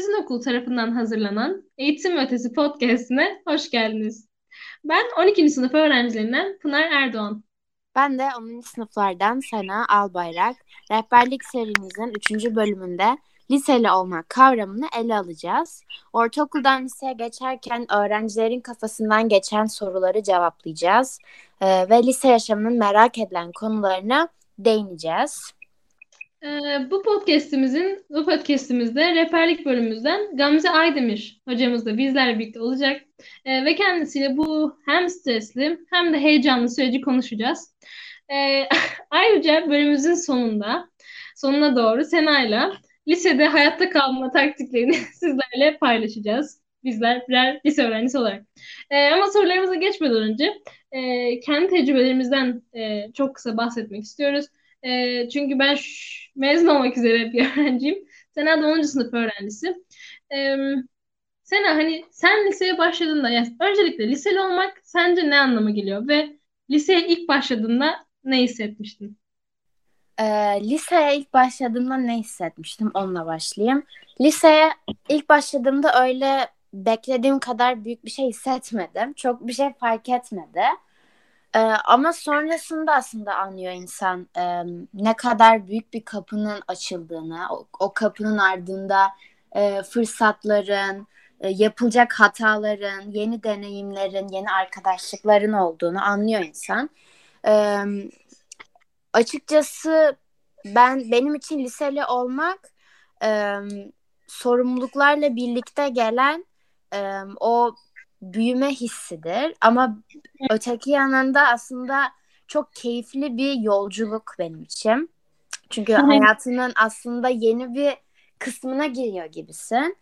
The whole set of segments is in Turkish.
Sezin Okulu tarafından hazırlanan Eğitim Ötesi Podcast'ine hoş geldiniz. Ben 12. sınıf öğrencilerinden Pınar Erdoğan. Ben de 10. sınıflardan Sena Albayrak. Rehberlik serimizin 3. bölümünde liseli olmak kavramını ele alacağız. Ortaokuldan liseye geçerken öğrencilerin kafasından geçen soruları cevaplayacağız. Ve lise yaşamının merak edilen konularına değineceğiz. Bu podcast'imizde rehberlik bölümümüzden Gamze Aydemir hocamız da bizlerle birlikte olacak. Ve kendisiyle bu hem stresli hem de heyecanlı süreci konuşacağız. Ayrıca bölümümüzün sonuna doğru Sena'yla lisede hayatta kalma taktiklerini sizlerle paylaşacağız. Bizler birer lise öğrencisi olarak. Ama sorularımıza geçmeden önce kendi tecrübelerimizden çok kısa bahsetmek istiyoruz. Çünkü ben mezun olmak üzere bir öğrenciyim. Sena da 10. sınıf öğrencisi. Ee, Sena hani sen liseye başladığında yani öncelikle liseli olmak sence ne anlama geliyor ve liseye ilk başladığında ne hissetmiştin? Liseye ilk başladığımda ne hissetmiştim? Onunla başlayayım. Liseye ilk başladığımda öyle beklediğim kadar büyük bir şey hissetmedim. Çok bir şey fark etmedi. Ama sonrasında aslında anlıyor insan ne kadar büyük bir kapının açıldığını, o kapının ardında fırsatların, yapılacak hataların, yeni deneyimlerin, yeni arkadaşlıkların olduğunu anlıyor insan. E, Açıkçası benim için liseli olmak e, sorumluluklarla birlikte gelen o büyüme hissidir. Ama öteki yanında aslında çok keyifli bir yolculuk benim için. Çünkü hayatının aslında yeni bir kısmına giriyor gibisin.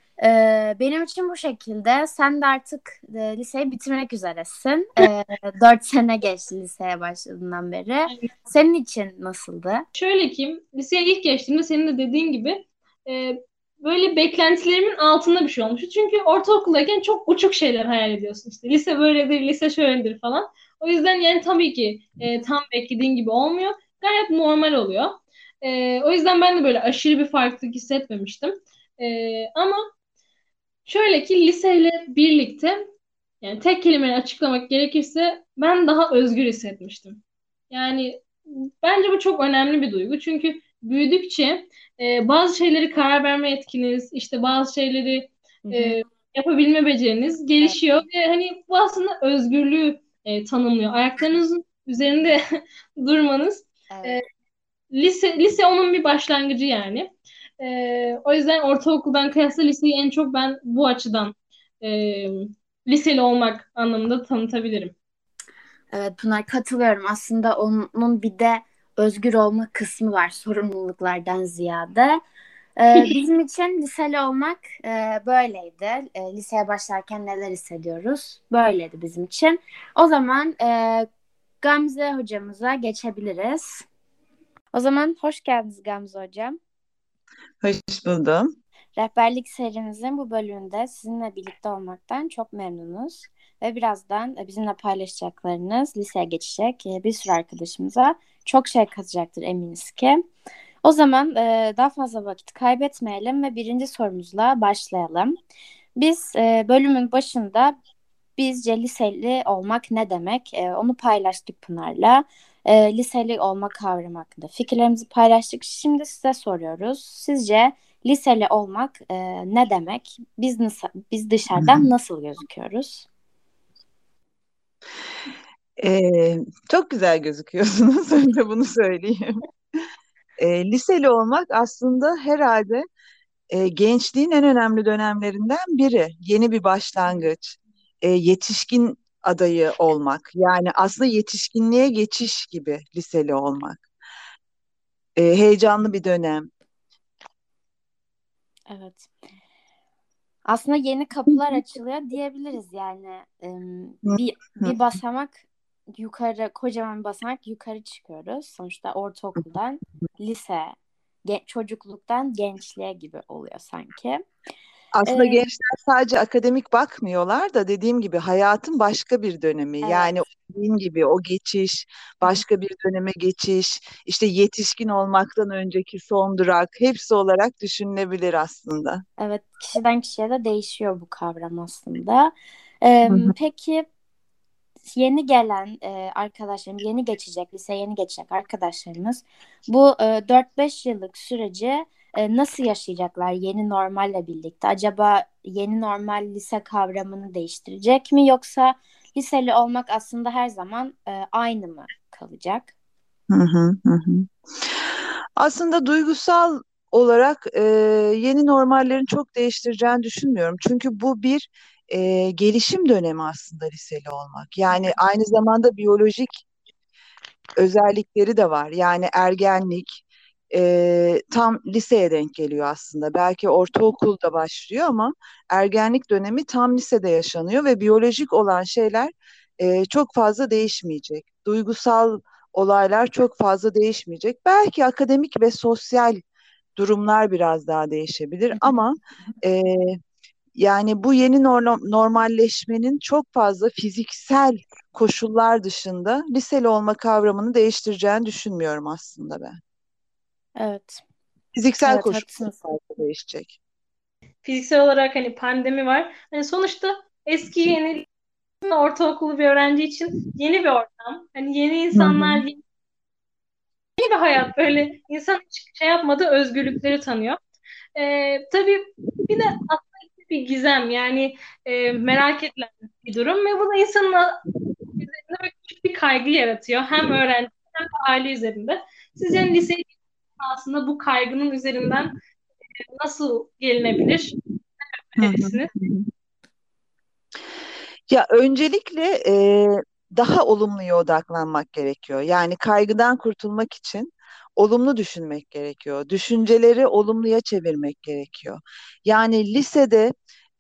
Benim için bu şekilde. Sen de artık liseyi bitirmek üzeresin. 4 sene geçti liseye başladığından beri. Senin için nasıldı? Şöyle ki liseye ilk geçtiğimde senin de dediğin gibi e, böyle beklentilerimin altında bir şey olmuştu. Çünkü ortaokuldayken çok uçuk şeyler hayal ediyorsun işte. Lise böyledir, lise şöyledir falan. O yüzden yani tabii ki tam beklediğin gibi olmuyor. Gayet normal oluyor. O yüzden ben de böyle aşırı bir farklılık hissetmemiştim. Ama şöyle ki liseyle birlikte yani tek kelimeyle açıklamak gerekirse ben daha özgür hissetmiştim. Yani bence bu çok önemli bir duygu. Çünkü büyüdükçe bazı şeyleri karar verme yetkiniz, işte bazı şeyleri Hı hı. e, yapabilme beceriniz Evet, gelişiyor ve hani bu aslında özgürlüğü tanımlıyor. Ayaklarınızın üzerinde durmanız. evet. E, lise onun bir başlangıcı yani. O yüzden ortaokuldan kıyasla liseyi en çok ben bu açıdan e, liseli olmak anlamında tanıtabilirim. Evet Pınar, katılıyorum. Aslında onun bir de özgür olma kısmı var sorumluluklardan ziyade. Bizim için liseli olmak böyleydi. Liseye başlarken neler hissediyoruz? Böyleydi bizim için. O zaman Gamze hocamıza geçebiliriz. O zaman hoş geldiniz Gamze hocam. Hoş buldum. Rehberlik serimizin bu bölümünde sizinle birlikte olmaktan çok memnunuz. Ve birazdan bizimle paylaşacaklarınız liseye geçecek bir sürü arkadaşımıza çok şey katacaktır eminiz ki. O zaman daha fazla vakit kaybetmeyelim ve birinci sorumuzla başlayalım. Biz bölümün başında bizce liseli olmak ne demek? Onu paylaştık Pınar'la. Liseli olma kavramı hakkında fikirlerimizi paylaştık. Şimdi size soruyoruz. Sizce liseli olmak ne demek? Biz dışarıdan nasıl gözüküyoruz? Ee, Çok güzel gözüküyorsunuz. Önce bunu söyleyeyim. Liseli olmak aslında herhalde gençliğin en önemli dönemlerinden biri. Yeni bir başlangıç, yetişkin adayı olmak. Yani aslında yetişkinliğe geçiş gibi liseli olmak. Heyecanlı bir dönem. Evet. Aslında yeni kapılar açılıyor diyebiliriz yani. Hı hı. Bir basamak yukarı, kocaman bir basamak yukarı çıkıyoruz. Sonuçta ortaokuldan lise, çocukluktan gençliğe gibi oluyor sanki. Aslında E, gençler sadece akademik bakmıyorlar da dediğim gibi hayatın başka bir dönemi. Yani evet. dediğim gibi o geçiş, Hı hı. başka bir döneme geçiş, işte yetişkin olmaktan önceki son durak hepsi olarak düşünülebilir aslında. Evet, kişiden kişiye de değişiyor bu kavram aslında. Hı hı. Peki yeni gelen arkadaşlarımız, yeni geçecek, lise yeni geçecek arkadaşlarımız bu 4-5 yıllık süreci nasıl yaşayacaklar yeni normalle birlikte? Acaba yeni normal lise kavramını değiştirecek mi yoksa liseli olmak aslında her zaman aynı mı kalacak? Hı hı, hı hı. Aslında duygusal olarak yeni normallerin çok değiştireceğini düşünmüyorum. Çünkü bu bir gelişim dönemi aslında liseli olmak. Yani aynı zamanda biyolojik özellikleri de var. Yani ergenlik tam liseye denk geliyor aslında. Belki ortaokulda başlıyor ama ergenlik dönemi tam lisede yaşanıyor ve biyolojik olan şeyler çok fazla değişmeyecek. Duygusal olaylar çok fazla değişmeyecek. Belki akademik ve sosyal durumlar biraz daha değişebilir Hı hı. ama e, yani bu yeni normalleşmenin çok fazla fiziksel koşullar dışında liseli olma kavramını değiştireceğini düşünmüyorum aslında ben. Evet, Fiziksel evet koşullar haklısınız. fazla değişecek. Fiziksel olarak hani pandemi var. Hani sonuçta eski yeni ortaokulu bir öğrenci için yeni bir ortam. Hani yeni Hı hı. insanlar, yeni bir hayat, böyle insan hiç şey yapmadığı özgürlükleri tanıyor. Tabii bir de aslında bir gizem, yani merak edilen bir durum ve bu da insanın üzerinde böyle küçük bir kaygı yaratıyor. Hem öğrenci hem de aile üzerinde. Sizce yani lise aslında bu kaygının üzerinden nasıl gelinebilir? Hı hı. Önerisiniz. Ya öncelikle daha olumluya odaklanmak gerekiyor. Yani kaygıdan kurtulmak için olumlu düşünmek gerekiyor. Düşünceleri olumluya çevirmek gerekiyor. Yani lisede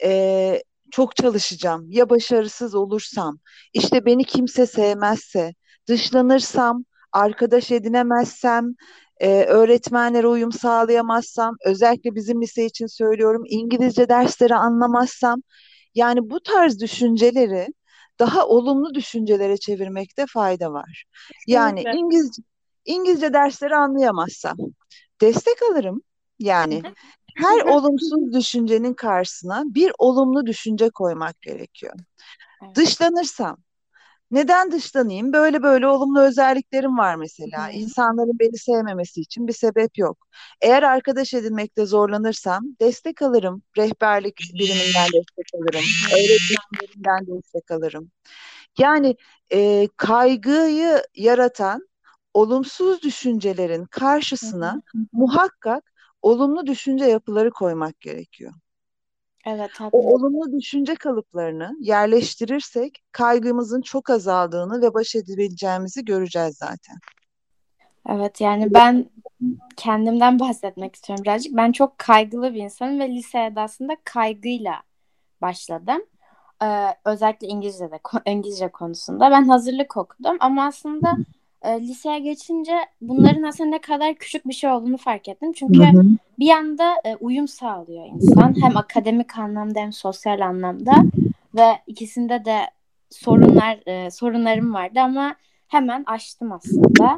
çok çalışacağım. Ya başarısız olursam, işte beni kimse sevmezse, dışlanırsam, arkadaş edinemezsem, öğretmenlere uyum sağlayamazsam, özellikle bizim lise için söylüyorum, İngilizce dersleri anlamazsam, yani bu tarz düşünceleri daha olumlu düşüncelere çevirmekte fayda var. Yani Kesinlikle. İngilizce dersleri anlayamazsam destek alırım. Yani her olumsuz düşüncenin karşısına bir olumlu düşünce koymak gerekiyor. Evet. Dışlanırsam neden dışlanayım? Böyle böyle olumlu özelliklerim var Hı mesela. hı. İnsanların beni sevmemesi için bir sebep yok. Eğer arkadaş edinmekte zorlanırsam destek alırım. Rehberlik biriminden destek alırım. Hı hı. Öğretmenlerimden destek alırım. Yani kaygıyı yaratan olumsuz düşüncelerin Hı karşısına hı. muhakkak olumlu düşünce yapıları koymak gerekiyor. Evet, O haklısınız. olumlu düşünce kalıplarını yerleştirirsek kaygımızın çok azaldığını ve baş edebileceğimizi göreceğiz zaten. Evet, yani ben kendimden bahsetmek istiyorum birazcık. Ben çok kaygılı bir insanım ve lisede aslında kaygıyla başladım. Özellikle İngilizce'de, İngilizce konusunda. Ben hazırlık okudum ama aslında liseye geçince bunların aslında ne kadar küçük bir şey olduğunu fark ettim. Hı Çünkü hı. bir anda uyum sağlıyor insan. Hem akademik anlamda hem sosyal anlamda ve ikisinde de sorunlarım vardı ama hemen aştım aslında.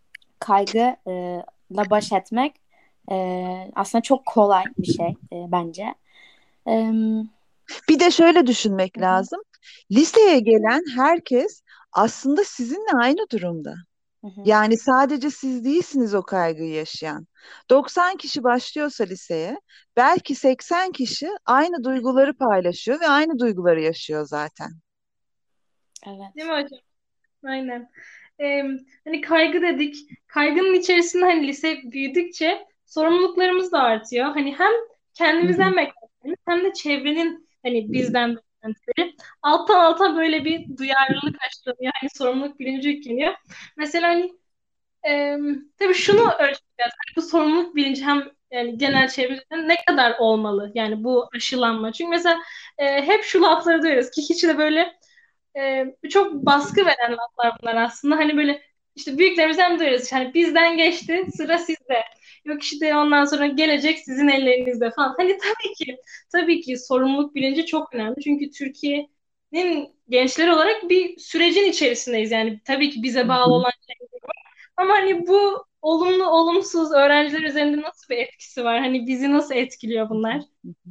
Kaygıyla baş etmek aslında çok kolay bir şey bence. Hı Bir de şöyle düşünmek hı, lazım. Liseye gelen herkes aslında sizinle aynı durumda. hı hı. Yani sadece siz değilsiniz o kaygıyı yaşayan. 90 kişi başlıyorsa liseye, belki 80 kişi aynı duyguları paylaşıyor ve aynı duyguları yaşıyor zaten. Değil Evet. mi hocam? Aynen. Ee, Hani kaygı dedik. Kaygının içerisinde hani lise büyüdükçe sorumluluklarımız da artıyor. Hani hem Hı hı. kendimizden beklentilerimiz hem de çevrenin hani bizden beklentileri. Alttan alta böyle bir duyarlılık aşılanıyor. Hani sorumluluk bilinci yükleniyor. Mesela hani tabii şunu ölçeceğiz. Hani bu sorumluluk bilinci hem yani genel çevrede ne kadar olmalı? Yani bu aşılanma. Çünkü mesela hep şu lafları duyuyoruz ki hiç de böyle çok baskı veren laflar bunlar aslında. Hani böyle İşte büyüklerimizden duyuyoruz. Yani bizden geçti, sıra sizde. Yok işte ondan sonra gelecek sizin ellerinizde falan. Hani tabii ki sorumluluk bilinci çok önemli. Çünkü Türkiye'nin gençleri olarak bir sürecin içerisindeyiz. Yani tabii ki bize bağlı olan şey var. Ama hani bu olumlu olumsuz öğrenciler üzerinde nasıl bir etkisi var? Hani bizi nasıl etkiliyor bunlar?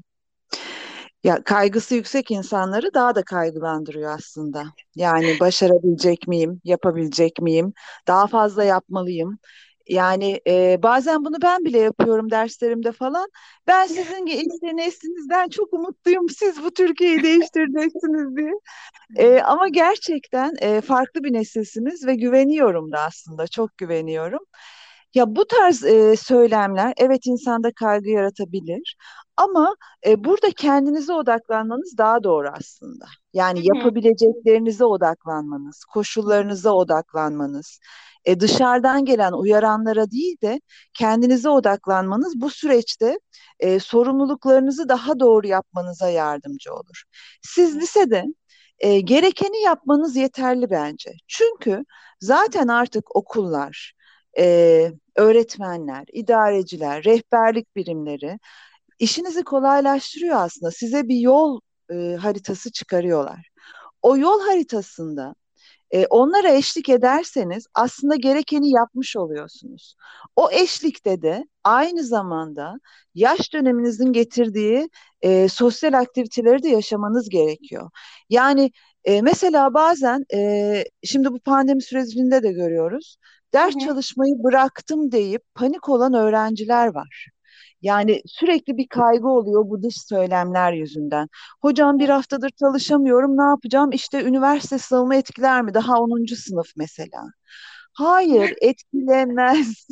Ya kaygısı yüksek insanları daha da kaygılandırıyor aslında. Yani başarabilecek miyim, yapabilecek miyim, daha fazla yapmalıyım. Yani bazen bunu ben bile yapıyorum derslerimde falan. Ben sizin neslinizden çok umutluyum. Siz bu Türkiye'yi değiştireceksiniz diye. Ama gerçekten farklı bir nesilsiniz ve güveniyorum da aslında, çok güveniyorum. Ya bu tarz söylemler evet insanda kaygı yaratabilir ama burada kendinize odaklanmanız daha doğru aslında. Hı Yani hı. yapabileceklerinize odaklanmanız, koşullarınıza odaklanmanız, dışarıdan gelen uyaranlara değil de kendinize odaklanmanız bu süreçte sorumluluklarınızı daha doğru yapmanıza yardımcı olur. Siz lisede gerekeni yapmanız yeterli bence. Çünkü zaten artık okullar, öğretmenler, idareciler, rehberlik birimleri işinizi kolaylaştırıyor aslında. Size bir yol haritası çıkarıyorlar. O yol haritasında onlara eşlik ederseniz aslında gerekeni yapmış oluyorsunuz. O eşlikte de aynı zamanda yaş döneminizin getirdiği sosyal aktiviteleri de yaşamanız gerekiyor. Yani mesela bazen şimdi bu pandemi sürecinde de görüyoruz. Hı Ders hı. çalışmayı bıraktım deyip panik olan öğrenciler var. Yani sürekli bir kaygı oluyor bu dış söylemler yüzünden. Hocam bir haftadır çalışamıyorum, ne yapacağım? İşte üniversite sınavımı etkiler mi? Daha 10. sınıf mesela. Hayır, etkilemez.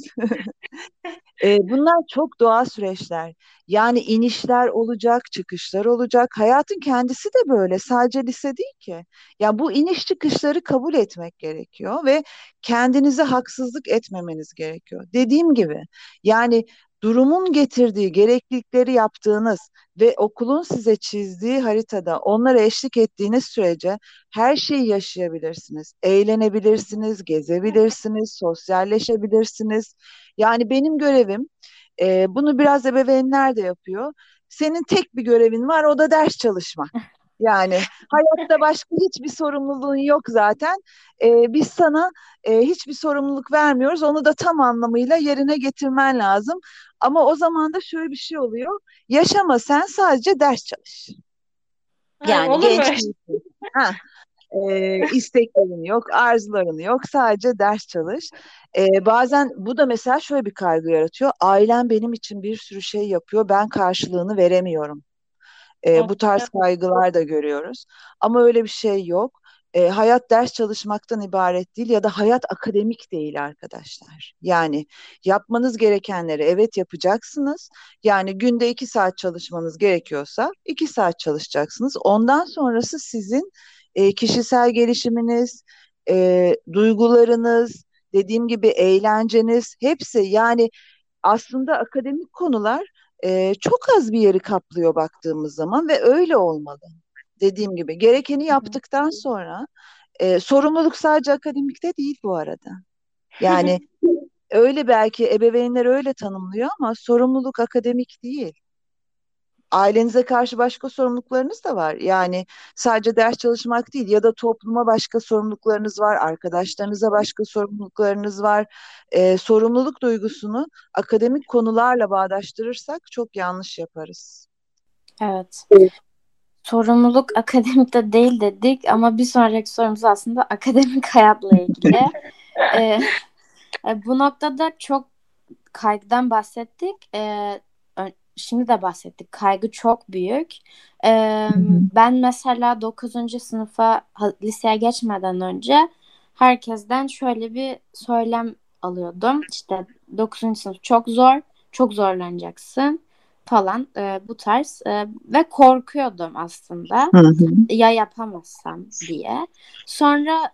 Bunlar çok doğal süreçler. Yani inişler olacak, çıkışlar olacak. Hayatın kendisi de böyle. Sadece lise değil ki. Ya bu iniş çıkışları kabul etmek gerekiyor ve kendinize haksızlık etmemeniz gerekiyor. Dediğim gibi, yani durumun getirdiği gereklilikleri yaptığınız ve okulun size çizdiği haritada onlara eşlik ettiğiniz sürece her şeyi yaşayabilirsiniz. Eğlenebilirsiniz, gezebilirsiniz, sosyalleşebilirsiniz. Yani benim görevim, bunu biraz ebeveynler de yapıyor. Senin tek bir görevin var, o da ders çalışmak. Yani hayatta başka hiçbir sorumluluğun yok zaten. Biz sana hiçbir sorumluluk vermiyoruz. Onu da tam anlamıyla yerine getirmen lazım. Ama o zaman da şöyle bir şey oluyor. Yaşama, sen sadece ders çalış. Ha, Yani olur mu genç öyle şey? değilsin. Ha, isteklerin yok, arzuların yok, sadece ders çalış. Bazen bu da mesela şöyle bir kaygı yaratıyor. Ailem benim için bir sürü şey yapıyor, ben karşılığını veremiyorum. Bu tarz kaygılar da görüyoruz. Ama öyle bir şey yok. Hayat ders çalışmaktan ibaret değil ya da hayat akademik değil arkadaşlar. Yani yapmanız gerekenleri evet yapacaksınız. Yani günde 2 saat çalışmanız gerekiyorsa 2 saat çalışacaksınız. Ondan sonrası sizin kişisel gelişiminiz, duygularınız, dediğim gibi eğlenceniz hepsi yani aslında akademik konular çok az bir yeri kaplıyor baktığımız zaman ve öyle olmalı. Dediğim gibi gerekeni Hı hı. yaptıktan sonra sorumluluk sadece akademikte değil bu arada. Yani öyle belki ebeveynler öyle tanımlıyor ama sorumluluk akademik değil. Ailenize karşı başka sorumluluklarınız da var. Yani sadece ders çalışmak değil ya da topluma başka sorumluluklarınız var, arkadaşlarınıza başka sorumluluklarınız var. Sorumluluk duygusunu akademik konularla bağdaştırırsak çok yanlış yaparız. Evet. Sorumluluk akademikte değil dedik ama bir sonraki sorumuz aslında akademik hayatla ilgili. Ee, Bu noktada çok kaygıdan bahsettik. Şimdi de bahsettik. Kaygı çok büyük. Hı hı. Ben mesela 9. sınıfa liseye geçmeden önce herkesten şöyle bir söylem alıyordum. İşte 9. sınıf çok zor, çok zorlanacaksın falan bu tarz ve korkuyordum aslında Hı hı. ya yapamazsam diye. Sonra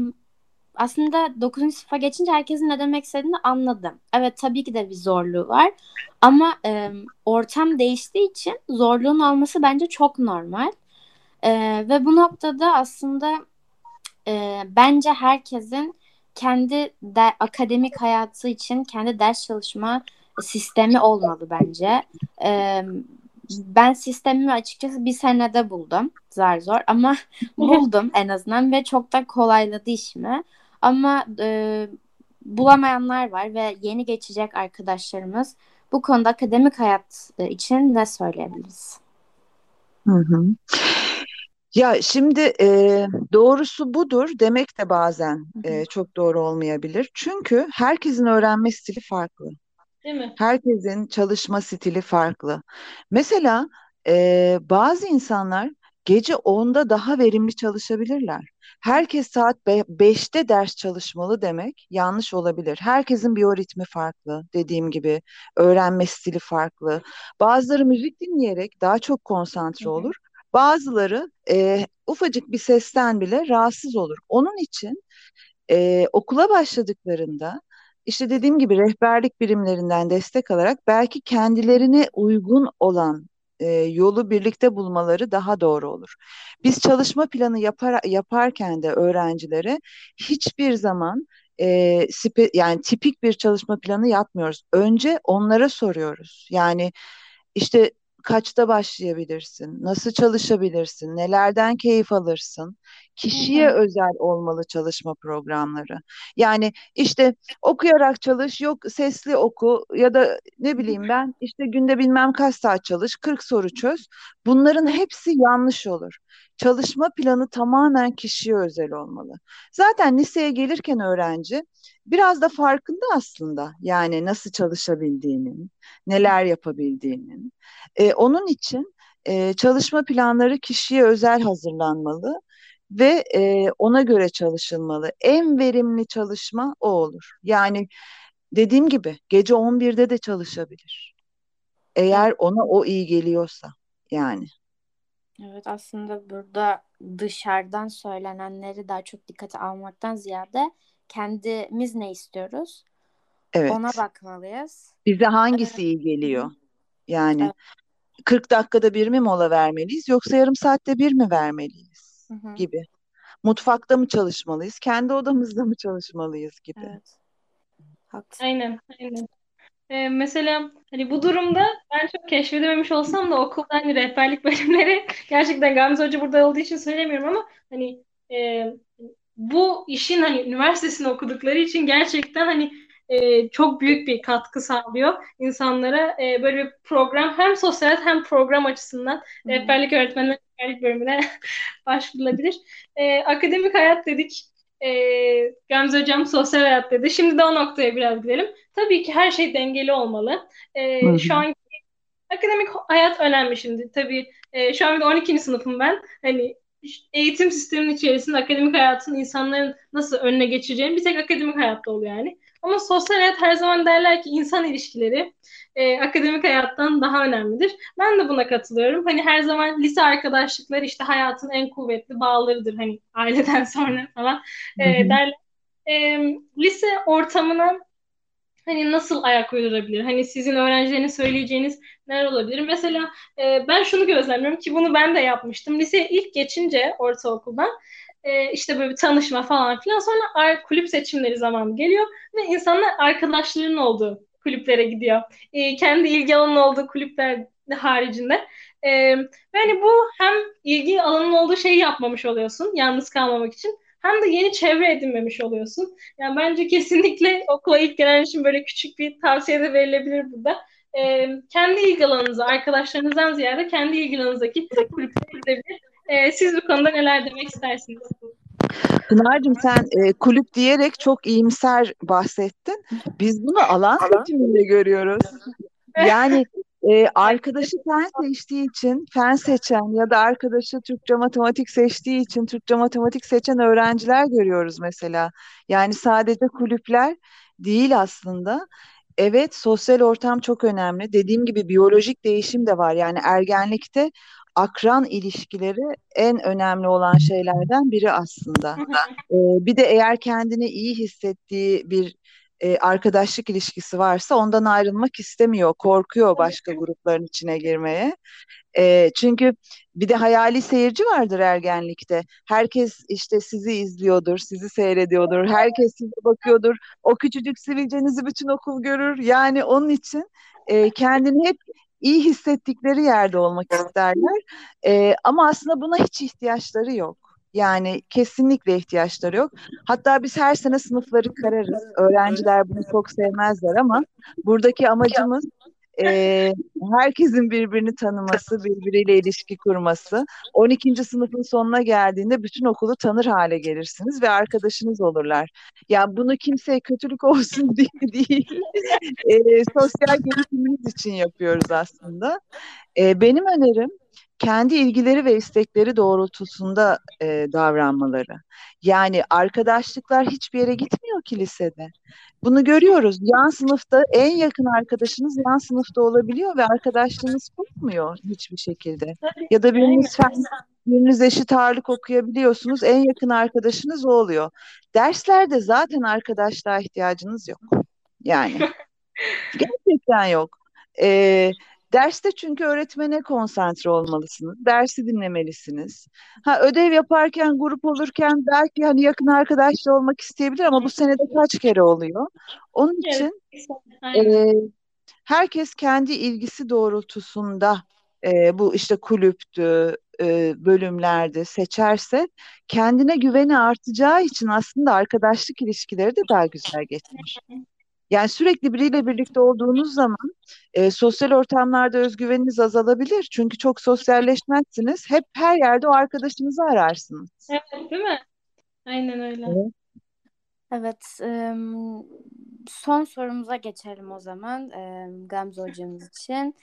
aslında 9. sınıfa geçince herkesin ne demek istediğini anladım. Evet tabii ki de bir zorluğu var ama ortam değiştiği için zorluğun olması bence çok normal. Ve bu noktada aslında bence herkesin akademik hayatı için kendi ders çalışma sistemi olmalı bence. E, Ben sistemimi açıkçası bir senede buldum. Zar zor ama buldum en azından ve çok da kolayladı işimi. Ama bulamayanlar var ve yeni geçecek arkadaşlarımız bu konuda akademik hayat için ne söyleyebiliriz? Hı hı. Ya şimdi doğrusu budur demek de bazen Hı hı. çok doğru olmayabilir. Çünkü herkesin öğrenme stili farklı. Değil mi? Herkesin çalışma stili farklı. Mesela bazı insanlar gece 10'da daha verimli çalışabilirler. Herkes saat 5'te ders çalışmalı demek yanlış olabilir. Herkesin biyoritmi farklı, dediğim gibi öğrenme stili farklı. Bazıları müzik dinleyerek daha çok Hı konsantre hı. olur. Bazıları ufacık bir sesten bile rahatsız olur. Onun için okula başladıklarında işte dediğim gibi rehberlik birimlerinden destek alarak belki kendilerine uygun olan yolu birlikte bulmaları daha doğru olur. Biz çalışma planı yaparken de öğrencilere hiçbir zaman yani tipik bir çalışma planı yapmıyoruz. Önce onlara soruyoruz. Yani işte kaçta başlayabilirsin? Nasıl çalışabilirsin? Nelerden keyif alırsın? Hı Kişiye hı. özel olmalı çalışma programları. Yani işte okuyarak çalış, yok sesli oku ya da ne bileyim ben işte günde bilmem kaç saat çalış, 40 soru çöz. Bunların hepsi yanlış olur. Çalışma planı tamamen kişiye özel olmalı. Zaten liseye gelirken öğrenci biraz da farkında aslında. Yani nasıl çalışabildiğinin, neler yapabildiğinin. Onun için çalışma planları kişiye özel hazırlanmalı ve ona göre çalışılmalı. En verimli çalışma o olur. Yani dediğim gibi gece 11'de de çalışabilir. Evet, Eğer ona o iyi geliyorsa yani. evet, aslında burada dışarıdan söylenenleri daha çok dikkate almaktan ziyade kendimiz ne istiyoruz ona Evet. bakmalıyız. Bize Evet. hangisi iyi Hı geliyor? hı. Yani Evet. 40 dakikada bir mi mola vermeliyiz yoksa yarım saatte bir mi vermeliyiz Hı hı. gibi. Mutfakta mı çalışmalıyız, kendi odamızda mı çalışmalıyız gibi. Evet. Haklısın. Aynen, aynen. Mesela hani bu durumda ben çok keşfedememiş olsam da okulda hani rehberlik bölümleri gerçekten Gamze Hoca burada olduğu için söylemiyorum ama hani e, bu işin hani üniversitesini okudukları için gerçekten hani çok büyük bir katkı sağlıyor insanlara. Böyle bir program hem sosyal hayat hem program açısından Hı hı. rehberlik öğretmenleri rehberlik bölümüne başvurulabilir. Akademik hayat dedik. Gamze Hocam sosyal hayat dedi. Şimdi de o noktaya biraz gidelim. Tabii ki her şey dengeli olmalı. Hı hı, Şu an akademik hayat önemli şimdi. Tabii şu an bir de 12. sınıfım ben. Hani eğitim sisteminin içerisinde akademik hayatın insanların nasıl önüne geçeceğini bir tek akademik hayatta oluyor yani. Ama sosyal hayat her zaman derler ki insan ilişkileri akademik hayattan daha önemlidir. Ben de buna katılıyorum. Hani her zaman lise arkadaşlıkları işte hayatın en kuvvetli bağlarıdır. Hani aileden sonra falan hı hı, derler. Lise ortamına hani nasıl ayak uydurabilir? Hani sizin öğrencilerine söyleyeceğiniz neler olabilir? Mesela ben şunu gözlemliyorum ki bunu ben de yapmıştım. Liseye ilk geçince ortaokuldan işte böyle bir tanışma falan filan sonra kulüp seçimleri zamanı geliyor ve insanlar arkadaşlarının olduğu kulüplere gidiyor. Kendi ilgi alanının olduğu kulüpler haricinde. Ve hani bu hem ilgi alanının olduğu şeyi yapmamış oluyorsun yalnız kalmamak için hem de yeni çevre edinmemiş oluyorsun. Yani bence kesinlikle okula ilk gelen için böyle küçük bir tavsiye de verilebilir burada. Kendi ilgi alanınıza, arkadaşlarınızdan ziyade kendi ilgi alanınızdaki kulüplere gidebilir. Siz bu konuda neler demek istersiniz? Pınar'cığım sen kulüp diyerek çok iyimser bahsettin. Biz bunu alan seçiminde görüyoruz. Yani arkadaşı fen seçtiği için fen seçen ya da arkadaşı Türkçe matematik seçtiği için Türkçe matematik seçen öğrenciler görüyoruz mesela. Yani sadece kulüpler değil aslında. Evet, sosyal ortam çok önemli. Dediğim gibi biyolojik değişim de var. Yani ergenlikte akran ilişkileri en önemli olan şeylerden biri aslında. Bir de eğer kendini iyi hissettiği bir arkadaşlık ilişkisi varsa ondan ayrılmak istemiyor, korkuyor başka grupların içine girmeye. Çünkü bir de hayali seyirci vardır ergenlikte. Herkes işte sizi izliyordur, sizi seyrediyordur, herkes size bakıyordur. O küçücük sivilcenizi bütün okul görür. Yani onun için kendini hep iyi hissettikleri yerde olmak isterler. Ama aslında buna hiç ihtiyaçları yok. Yani kesinlikle ihtiyaçları yok. Hatta biz her sene sınıfları kararız. Öğrenciler bunu çok sevmezler ama buradaki amacımız e, herkesin birbirini tanıması, birbiriyle ilişki kurması. 12. sınıfın sonuna geldiğinde bütün okulu tanır hale gelirsiniz ve arkadaşınız olurlar. Yani bunu kimseye kötülük olsun diye değil, sosyal gelişiminiz için yapıyoruz aslında. Benim önerim kendi ilgileri ve istekleri doğrultusunda davranmaları. Yani arkadaşlıklar hiçbir yere gitmiyor ki lisede. Bunu görüyoruz. Yan sınıfta en yakın arkadaşınız yan sınıfta olabiliyor ve arkadaşlığınız kopmuyor hiçbir şekilde. Tabii Ya da ki, aynen. biriniz fen, biriniz eşit ağırlık okuyabiliyorsunuz. En yakın arkadaşınız o oluyor. Derslerde zaten arkadaşlığa ihtiyacınız yok. Yani. Gerçekten yok. Derste çünkü öğretmene konsantre olmalısınız. Dersi dinlemelisiniz. Ha, ödev yaparken, grup olurken belki hani yakın arkadaşla olmak isteyebilir ama bu senede kaç kere oluyor? Onun Evet, için e, aynen. herkes kendi ilgisi doğrultusunda bu işte kulüptü, bölümlerde seçerse kendine güveni artacağı için aslında arkadaşlık ilişkileri de daha güzel geçer. Yani sürekli biriyle birlikte olduğunuz zaman sosyal ortamlarda özgüveniniz azalabilir. Çünkü çok sosyalleşmezsiniz. Hep her yerde o arkadaşınızı ararsınız. Evet, değil mi? Aynen öyle. Evet. Evet, son sorumuza geçelim o zaman Gamze hocamız için.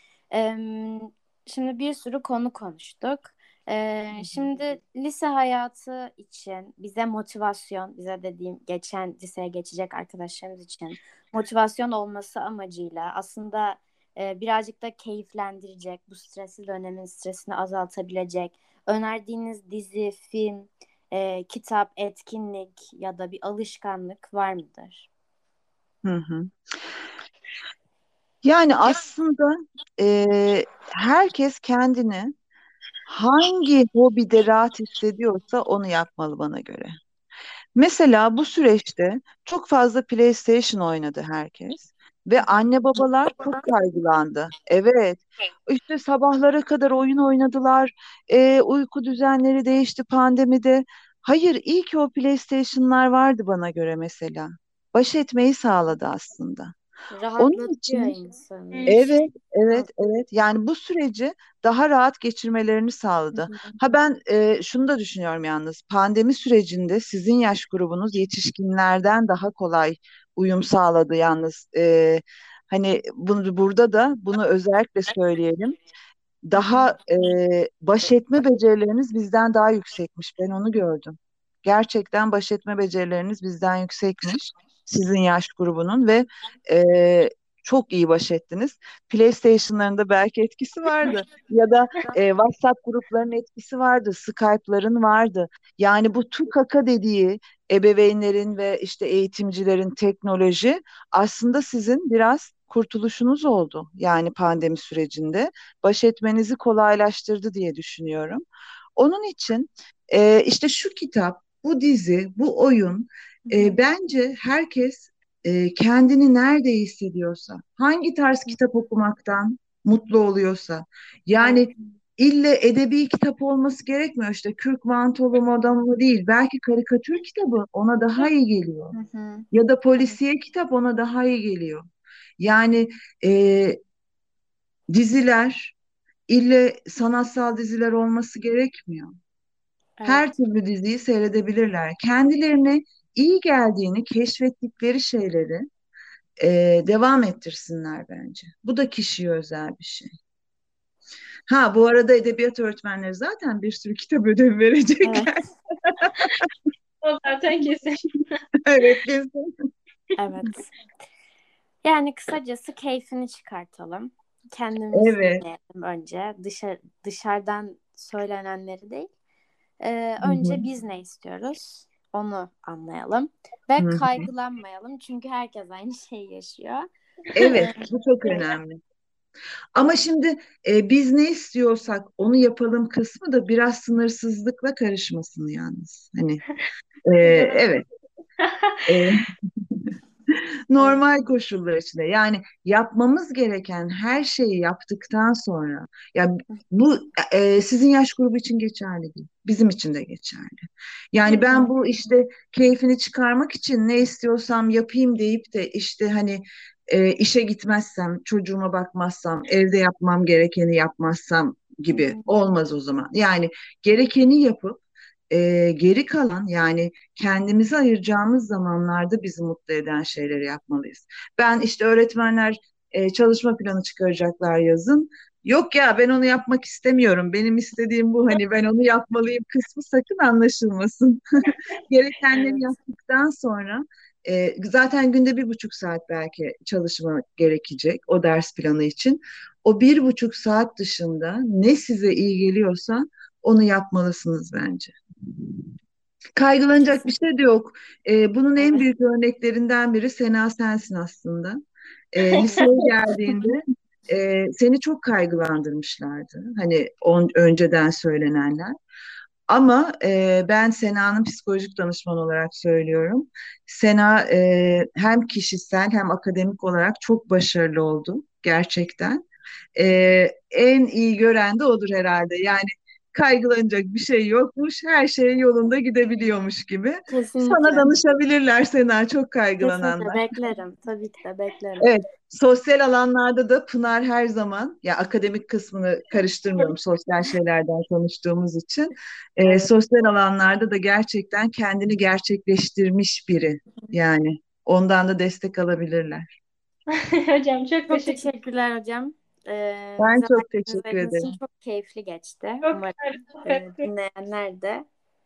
Şimdi bir sürü konu konuştuk. Şimdi lise hayatı için bize motivasyon, bize dediğim geçen liseye geçecek arkadaşlarımız için motivasyon olması amacıyla aslında birazcık da keyiflendirecek, bu stresli dönemin stresini azaltabilecek, önerdiğiniz dizi, film, kitap, etkinlik ya da bir alışkanlık var mıdır? Hı hı. Yani aslında herkes kendini hangi hobide rahat hissediyorsa onu yapmalı bana göre. Mesela bu süreçte çok fazla PlayStation oynadı herkes ve anne babalar çok kaygılandı. Evet, işte sabahlara kadar oyun oynadılar, uyku düzenleri değişti pandemide. Hayır, iyi ki o PlayStation'lar vardı bana göre mesela. Baş etmeyi sağladı aslında. Onun Rahatlatıyor için Hı. insanı. evet, Evet. evet, evet. Yani bu süreci daha rahat geçirmelerini Hı sağladı. hı. Ha ben şunu da düşünüyorum yalnız. Pandemi sürecinde sizin yaş grubunuz yetişkinlerden daha kolay uyum sağladı yalnız. Hani bunu burada da bunu özellikle söyleyelim. Hı hı. Daha baş etme becerileriniz bizden daha yüksekmiş. Ben onu gördüm. Gerçekten baş etme becerileriniz bizden yüksekmiş. Sizin yaş grubunun ve e, çok iyi baş ettiniz. PlayStation'ların da belki etkisi vardı. Ya da WhatsApp gruplarının etkisi vardı. Skype'ların vardı. Yani bu tukaka dediği ebeveynlerin ve işte eğitimcilerin teknoloji aslında sizin biraz kurtuluşunuz oldu. Yani pandemi sürecinde baş etmenizi kolaylaştırdı diye düşünüyorum. Onun için işte şu kitap, bu dizi, bu oyun Hı hı. bence herkes kendini nerede hissediyorsa, hangi tarz kitap okumaktan mutlu oluyorsa, Evet. yani ille edebi kitap olması gerekmiyor. İşte Kürk Mantolu Moda mı değil, belki karikatür kitabı ona daha iyi geliyor. Hı hı. Ya da polisiye kitap ona daha iyi geliyor. Yani e, diziler, İlle sanatsal diziler olması gerekmiyor. Her Evet. türlü diziyi seyredebilirler. Kendilerine iyi geldiğini keşfettikleri şeyleri devam ettirsinler bence. Bu da kişiye özel bir şey. Ha bu arada edebiyat öğretmenleri zaten bir sürü kitap ödevi verecekler. Evet. O zaten kesin. Evet kesin. Evet. Yani kısacası keyfini çıkartalım. Kendimiz Evet. dinleyelim önce. Dışarıdan söylenenleri değil. Hı hı. Önce biz ne istiyoruz? Onu anlayalım. Ve Hı. kaygılanmayalım. Çünkü herkes aynı şeyi yaşıyor. Evet, Ee, bu çok evet, önemli. Ama şimdi biz ne istiyorsak onu yapalım kısmı da biraz sınırsızlıkla karışmasın yalnız. Hani evet, e, evet. normal koşullar içinde. Yani yapmamız gereken her şeyi yaptıktan sonra, ya bu sizin yaş grubu için geçerli değil, bizim için de geçerli. Hı Yani ben hı. bu işte keyfini çıkarmak için ne istiyorsam yapayım deyip de işte hani işe gitmezsem, çocuğuma bakmazsam, evde yapmam gerekeni yapmazsam Hı gibi hı. olmaz o zaman. Yani gerekeni yapıp geri kalan, yani kendimizi ayıracağımız zamanlarda bizi mutlu eden şeyleri yapmalıyız. Ben işte öğretmenler çalışma planı çıkaracaklar yazın. Yok ya, ben onu yapmak istemiyorum. Benim istediğim bu, hani ben onu yapmalıyım kısmı sakın anlaşılmasın. Gerekenleri Evet. yaptıktan sonra zaten günde 1,5 saat belki çalışma gerekecek o ders planı için. O 1,5 saat dışında ne size iyi geliyorsa onu yapmalısınız bence. Kaygılanacak bir Kesin. şey de yok. Bunun en Evet. büyük örneklerinden biri Sena sensin aslında. Liseye geldiğinde seni çok kaygılandırmışlardı. Hani önceden söylenenler. Ama ben Sena'nın psikolojik danışmanı olarak söylüyorum. Sena hem kişisel hem akademik olarak çok başarılı oldu gerçekten. En iyi gören de odur herhalde. Yani kaygılanacak bir şey yokmuş, her şey yolunda gidebiliyormuş gibi. Sana Kesinlikle. danışabilirler Sena, çok Kesinlikle kaygılananlar. beklerim. Tabii ki de beklerim. Evet, sosyal alanlarda da Pınar her zaman, ya akademik kısmını karıştırmıyorum sosyal şeylerden konuştuğumuz için. Evet. Sosyal alanlarda da gerçekten kendini gerçekleştirmiş biri. Yani ondan da destek alabilirler. Hocam çok Çok teşekkür teşekkürler hocam. Ben Bize çok vaktinizi teşekkür ayırdığınız için ederim. çok keyifli geçti. Çok Umarım güzel. dinleyenler de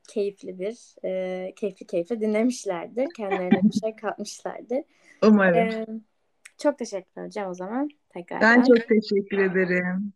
keyifli dinlemişlerdir. Kendilerine bir şey katmışlardır. Umarım. Ee, Çok teşekkürler hocam o zaman Ben tekrardan. çok teşekkür ederim.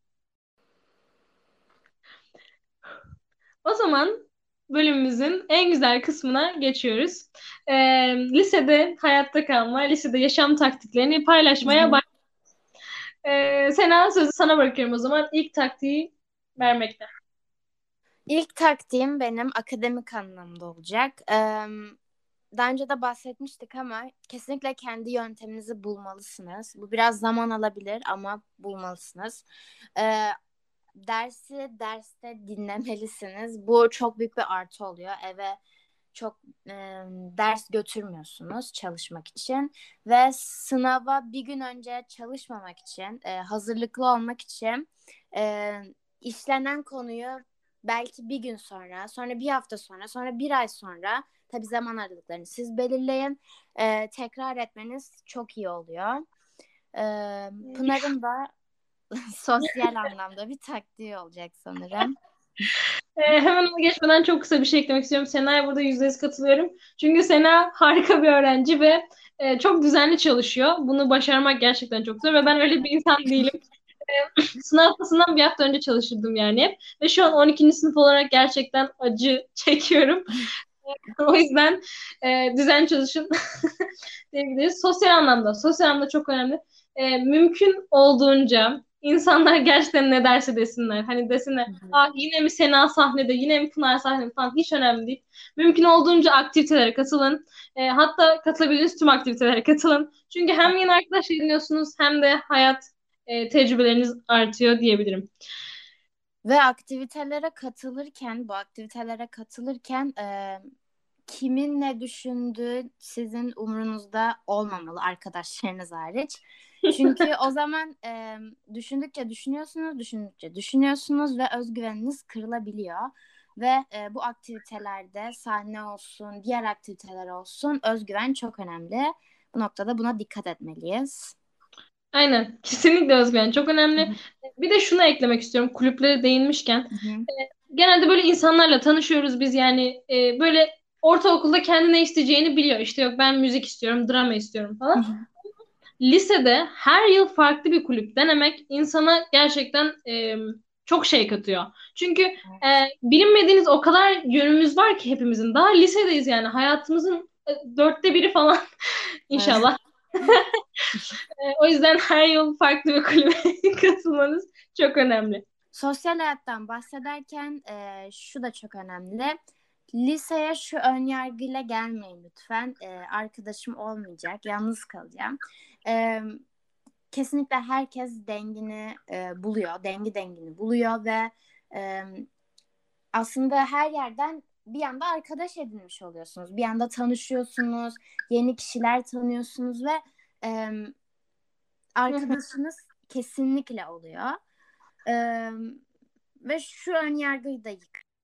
O zaman bölümümüzün en güzel kısmına geçiyoruz. Lisede hayatta kalma, lisede yaşam taktiklerini Hı paylaşmaya hı. baş. Sena, sözü sana bırakıyorum o zaman ilk taktiği vermekte. İlk taktiğim benim akademik anlamda olacak. Daha önce de bahsetmiştik ama kesinlikle kendi yönteminizi bulmalısınız. Bu biraz zaman alabilir ama bulmalısınız. Ee, derste dinlemelisiniz. Bu çok büyük bir artı oluyor. Eve çok ders götürmüyorsunuz çalışmak için ve sınava bir gün önce çalışmamak için, hazırlıklı olmak için e, işlenen konuyu belki bir gün sonra bir hafta sonra bir ay sonra tabii zaman aralıklarını siz belirleyin. Tekrar etmeniz çok iyi oluyor. Pınar'ın da sosyal anlamda bir taktiği olacak sanırım. Hemen ona geçmeden çok kısa bir şey eklemek istiyorum. Sena'ya burada %100 katılıyorum. Çünkü Sena harika bir öğrenci ve çok düzenli çalışıyor. Bunu başarmak gerçekten çok zor ve ben öyle bir insan değilim. Sınav haftasından bir hafta önce çalışırdım yani hep. Ve şu an 12. sınıf olarak gerçekten acı çekiyorum. O yüzden düzen çalışın diyebiliriz. Sosyal anlamda çok önemli. Mümkün olduğunca insanlar gerçekten ne derse desinler. Hani desinler, ah yine mi Sena sahnede, yine mi Pınar sahnede falan, hiç önemli değil. Mümkün olduğunca aktivitelere katılın. Hatta katılabildiğiniz tüm aktivitelere katılın. Çünkü hem yeni arkadaş ediniyorsunuz hem de hayat tecrübeleriniz artıyor diyebilirim. Ve bu aktivitelere katılırken kimin ne düşündüğü sizin umurunuzda olmamalı arkadaşlarınız hariç. Çünkü o zaman düşünüyorsunuz ve özgüveniniz kırılabiliyor. Ve bu aktivitelerde sahne olsun, diğer aktiviteler olsun özgüven çok önemli. Bu noktada buna dikkat etmeliyiz. Aynen. Kesinlikle Özgün. Çok Hı önemli. hı. Bir de şuna eklemek istiyorum. Kulüplere değinmişken. Hı hı. Genelde böyle insanlarla tanışıyoruz biz yani. Böyle ortaokulda kendi ne isteyeceğini biliyor. İşte yok ben müzik istiyorum, drama istiyorum Hı falan. hı. Lisede her yıl farklı bir kulüp denemek insana gerçekten çok şey katıyor. Çünkü bilinmediğiniz o kadar yönümüz var ki hepimizin. Daha lisedeyiz yani. Hayatımızın 1/4 falan Evet. inşallah. O yüzden her yıl farklı bir kulübe katılmanız çok önemli. Sosyal hayattan bahsederken şu da çok önemli. Liseye şu ön yargıyla gelmeyin lütfen. Arkadaşım olmayacak, yalnız kalacağım. Kesinlikle herkes dengini buluyor, dengini buluyor ve aslında her yerden bir anda arkadaş edinmiş oluyorsunuz. Bir anda tanışıyorsunuz, yeni kişiler tanıyorsunuz ve arkadaşınız kesinlikle oluyor. Ve şu ön yargıyı da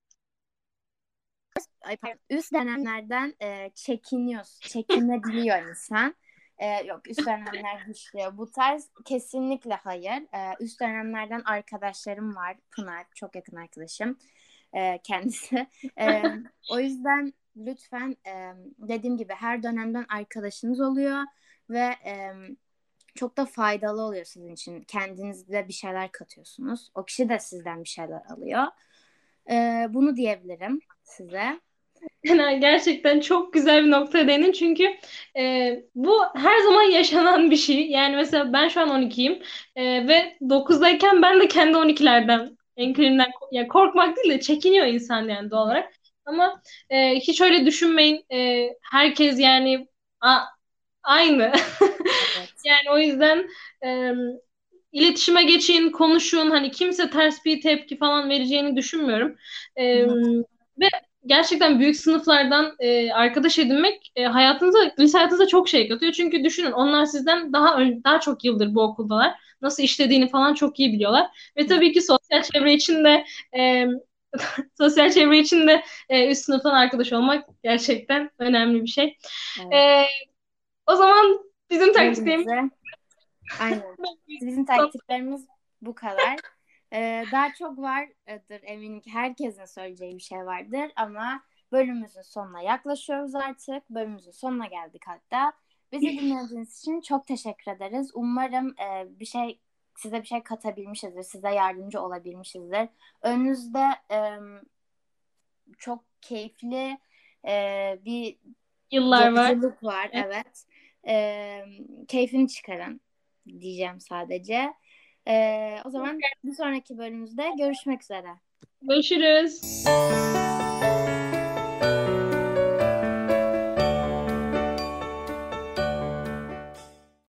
üst dönemlerden çekinebiliyor insan. Yok, üst dönemler güçlü. Bu tarz kesinlikle hayır. Üst dönemlerden arkadaşlarım var. Pınar çok yakın arkadaşım kendisi. O yüzden lütfen dediğim gibi her dönemden arkadaşınız oluyor ve çok da faydalı oluyor sizin için. Kendinizde bir şeyler katıyorsunuz. O kişi de sizden bir şeyler alıyor. Bunu diyebilirim size. Yani gerçekten çok güzel bir noktaya değindin çünkü bu her zaman yaşanan bir şey. Yani mesela ben şu an 12'yim ve 9'dayken ben de kendi 12'lerden, en kötünden ya korkmak değil de çekiniyor insan yani doğal olarak. Ama hiç öyle düşünmeyin. Herkes yani aynı. Evet. Yani o yüzden e, iletişime geçin, konuşun. Hani kimse ters bir tepki falan vereceğini düşünmüyorum. Ve gerçekten büyük sınıflardan arkadaş edinmek lise hayatınıza çok şey katıyor. Çünkü düşünün onlar sizden daha çok yıldır bu okuldalar. Nasıl işlediğini falan çok iyi biliyorlar. Ve tabii ki e, sosyal çevre için de üst sınıftan arkadaş olmak gerçekten önemli bir şey. Evet. E, O zaman bizim taktiklerimiz Bölümümüze aynen. Bizim taktiklerimiz bu kadar. Daha çok vardır eminim ki herkesin söyleyeceği bir şey vardır ama bölümümüzün sonuna yaklaşıyoruz artık. Bölümümüzün sonuna geldik hatta. Bizi dinlediğiniz için çok teşekkür ederiz. Umarım size bir şey katabilmişizdir, size yardımcı olabilmişizdir. Önünüzde çok keyifli bir yıllar var. yolculuk var, evet. Keyfini çıkarın diyeceğim sadece. O zaman bir sonraki bölümümüzde görüşmek üzere. Görüşürüz.